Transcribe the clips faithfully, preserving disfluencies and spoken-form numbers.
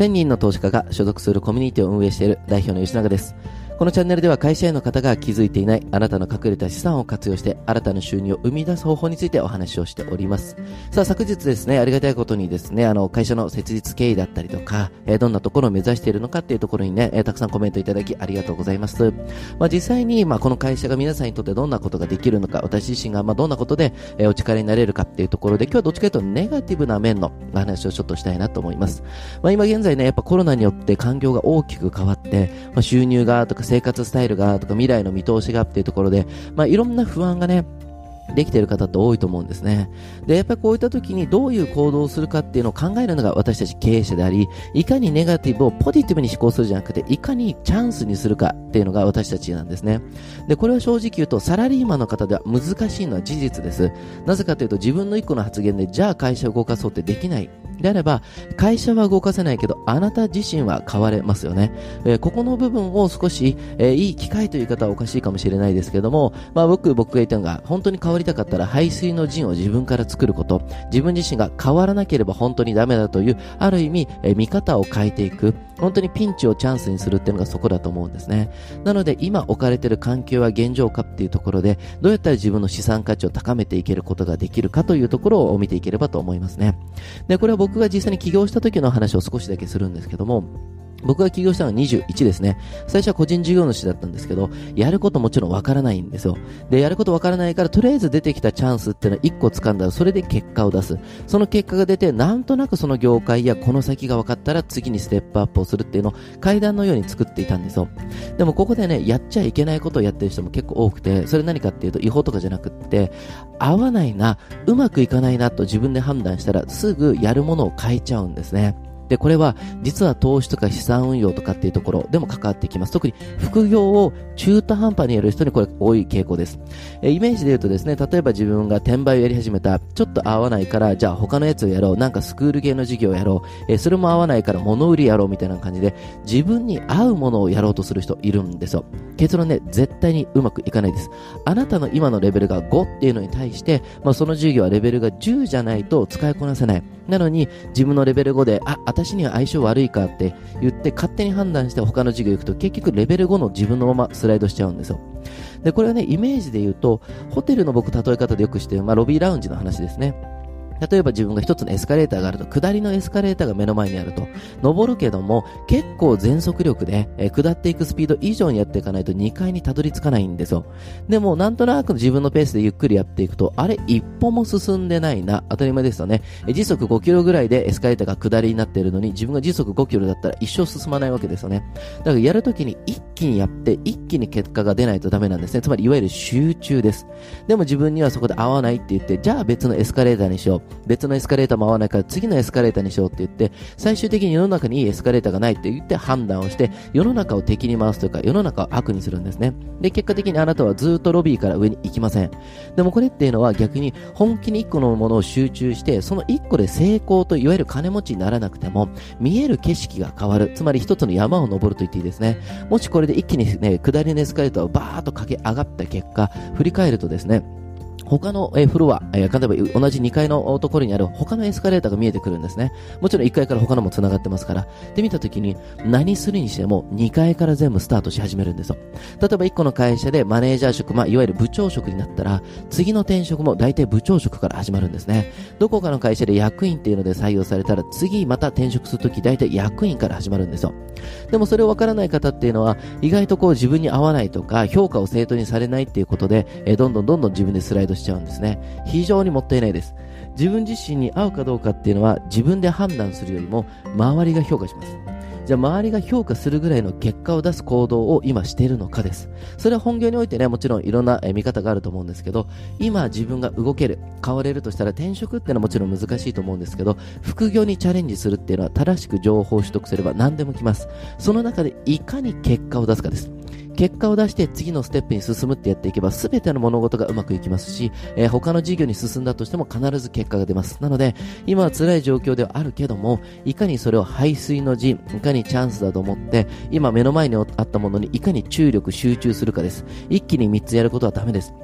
せんにんの投資家が所属するコミュニティを運営している代表の吉永です。このチャンネルでは会社員の方が気づいていないあなたの隠れた資産を活用して新たな収入を生み出す方法についてお話をしております。さあ昨日ですね、ありがたいことにですね、あの会社の設立経緯だったりとか、えー、どんなところを目指しているのかっていうところにね、えー、たくさんコメントいただきありがとうございます。まあ、実際にまあこの会社が皆さんにとってどんなことができるのか、私自身がまあどんなことで、えー、お力になれるかっていうところで、今日はどっちかというとネガティブな面の話をちょっとしたいなと思います。まあ、今現在ね、やっぱコロナによって環境が大きく変わって、まあ、収入がとか生活スタイルがとか未来の見通しがっていうところで、まあ、いろんな不安がねできている方って多いと思うんですね。で、やっぱりこういった時にどういう行動をするかっていうのを考えるのが私たち経営者であり、いかにネガティブをポジティブに思考するじゃなくて、いかにチャンスにするかっていうのが私たちなんですね。で、これは正直言うとサラリーマンの方では難しいのは事実です。なぜかというと自分の一個の発言でじゃあ会社を動かそうってできない。であれば、会社は動かせないけど、あなた自身は変われますよね。えー、ここの部分を少し、えー、いい機会という方はおかしいかもしれないですけども、まあ僕、僕が言ったのが、本当に変わりたかったら排水の陣を自分から作ること、自分自身が変わらなければ本当にダメだという、ある意味、えー、見方を変えていく、本当にピンチをチャンスにするっていうのがそこだと思うんですね。なので、今置かれている環境は現状かっていうところで、どうやったら自分の資産価値を高めていけることができるかというところを見ていければと思いますね。で、これは僕が実際に起業した時の話を少しだけするんですけども、僕が起業したのはにじゅういちですね。最初は個人事業主だったんですけど、やることもちろんわからないんですよ。で、やることわからないから、とりあえず出てきたチャンスっていうのはいっこ掴んだら、それで結果を出す。その結果が出て、なんとなくその業界やこの先が分かったら、次にステップアップをするっていうのを階段のように作っていたんですよ。でもここでね、やっちゃいけないことをやってる人も結構多くて、それ何かっていうと違法とかじゃなくって、合わないな、うまくいかないなと自分で判断したら、すぐやるものを変えちゃうんですね。で、これは実は投資とか資産運用とかっていうところでも関わってきます。特に副業を中途半端にやる人にこれ多い傾向です。えイメージで言うとですね、例えば自分が転売をやり始めた、ちょっと合わないから、じゃあ他のやつをやろう、なんかスクール系の授業をやろう、えそれも合わないから物売りやろうみたいな感じで、自分に合うものをやろうとする人いるんですよ。結論ね、絶対にうまくいかないです。あなたの今のレベルがごっていうのに対して、まあ、その授業はレベルがじゅうじゃないと使いこなせない。なのに自分のレベルごで、あ、私には相性悪いかって言って勝手に判断して他の授業行くと結局レベルごの自分のままスライドしちゃうんですよ。で、これはね、イメージで言うと、ホテルの僕例え方でよくしてる、まあ、ロビーラウンジの話ですね。例えば自分が一つのエスカレーターがあると、下りのエスカレーターが目の前にあると、登るけども結構全速力で、えー、下っていくスピード以上にやっていかないとにかいにたどり着かないんですよ。でもなんとなく自分のペースでゆっくりやっていくと、あれ一歩も進んでないな、当たり前ですよね。え時速ごキロぐらいでエスカレーターが下りになっているのに、自分が時速ごキロだったら一生進まないわけですよね。だからやるときに一気にやって一気に結果が出ないとダメなんですね。つまりいわゆる集中です。でも自分にはそこで合わないって言って、じゃあ別のエスカレーターにしよう、別のエスカレーターも合わないから次のエスカレーターにしようって言って、最終的に世の中にいいエスカレーターがないって言って判断をして、世の中を敵に回すというか、世の中を悪にするんですね。で、結果的にあなたはずっとロビーから上に行きません。でもこれっていうのは逆に本気にいっこのものを集中して、そのいっこで成功といわゆる金持ちにならなくても、見える景色が変わる。つまり一つの山を登ると言っていいですね。もしこれで一気にね、下りのエスカレーターをバーッと駆け上がった結果、振り返るとですね、他のフロア、例えば同じにかいのところにある他のエスカレーターが見えてくるんですね。もちろんいっかいから他のも繋がってますから。で見たときに何するにしてもにかいから全部スタートし始めるんですよ。例えばいっこの会社でマネージャー職、まあいわゆる部長職になったら、次の転職も大体部長職から始まるんですね。どこかの会社で役員っていうので採用されたら、次また転職するとき大体役員から始まるんですよ。でもそれをわからない方っていうのは、意外とこう自分に合わないとか、評価を正当にされないっていうことで、えー、どんどんどんどん自分でスライドしちゃうんですね。非常にもったいないです。自分自身に合うかどうかっていうのは自分で判断するよりも周りが評価します。じゃあ周りが評価するぐらいの結果を出す行動を今しているのかです。それは本業においてね、もちろんいろんな見方があると思うんですけど、今自分が動ける、変われるとしたら転職っていうのはもちろん難しいと思うんですけど、副業にチャレンジするっていうのは正しく情報を取得すれば何でも来ます。その中でいかに結果を出すかです。結果を出して次のステップに進むってやっていけば全ての物事がうまくいきますし、えー、他の事業に進んだとしても必ず結果が出ます。なので今は辛い状況ではあるけども、いかにそれを排水の陣、いかにチャンスだと思って今目の前にあったものにいかに注力集中するかです。一気にみっつやることはダメです。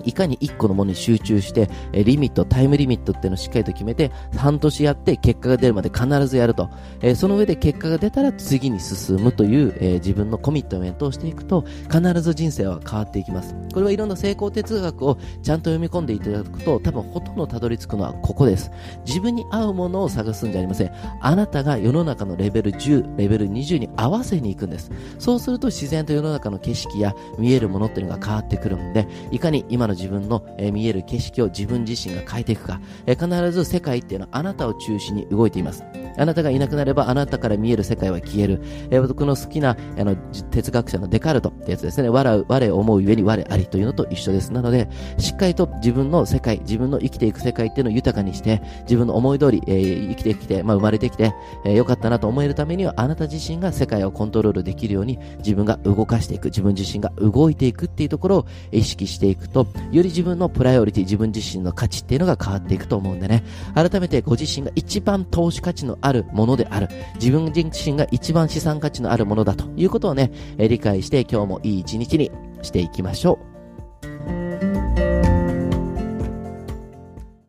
いかに一個のものに集中して、えリミット、タイムリミットっていうのをしっかりと決めて、半年やって結果が出るまで必ずやると。えー、その上で結果が出たら次に進むという、えー、自分のコミットメントをしていくと、必ず人生は変わっていきます。これはいろんな成功哲学をちゃんと読み込んでいただくと、多分ほとんどたどり着くのはここです。自分に合うものを探すんじゃありません。あなたが世の中のレベルじゅう、レベルにじゅうに合わせに行くんです。そうすると自然と世の中の景色や見えるものっていうのが変わってくるんで、いかに今の自分の、えー、見える景色を自分自身が変えていくか、えー、必ず世界っていうのはあなたを中心に動いています。あなたがいなくなればあなたから見える世界は消える。えー、僕の好きなあの哲学者のデカルトってやつですね。我我思うゆえに我ありというのと一緒です。なのでしっかりと自分の世界、自分の生きていく世界っていうのを豊かにして、自分の思い通り、えー、生きてきて、まあ、生まれてきて、えー、よかったなと思えるためには、あなた自身が世界をコントロールできるように自分が動かしていく、自分自身が動いていくっていうところを意識していくと、より自分のプライオリティ、自分自身の価値っていうのが変わっていくと思うんでね。改めてご自身が一番投資価値のあるものである、自分自身が一番資産価値のあるものだということをね、えー、理解して今日もいい一日にしていきましょう。